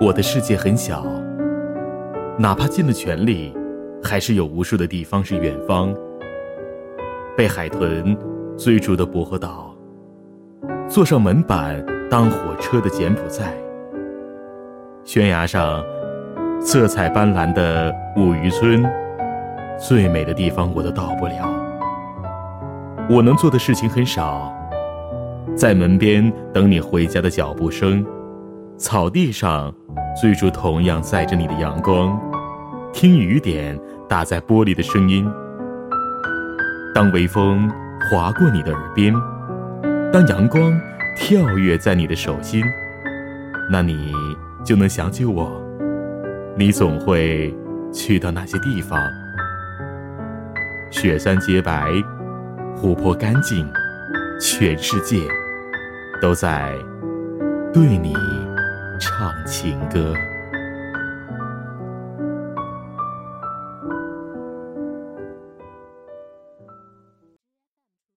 我的世界很小，哪怕尽了全力，还是有无数的地方是远方。被海豚追逐的薄荷岛，坐上门板当火车的柬埔寨，悬崖上色彩斑斓的五渔村，最美的地方我都到不了。我能做的事情很少，在门边等你回家的脚步声，草地上追逐同样载着你的阳光，听雨点打在玻璃的声音。当微风划过你的耳边，当阳光跳跃在你的手心，那你就能想起我，你总会去到那些地方。雪山洁白，湖泊干净，全世界都在对你唱情歌。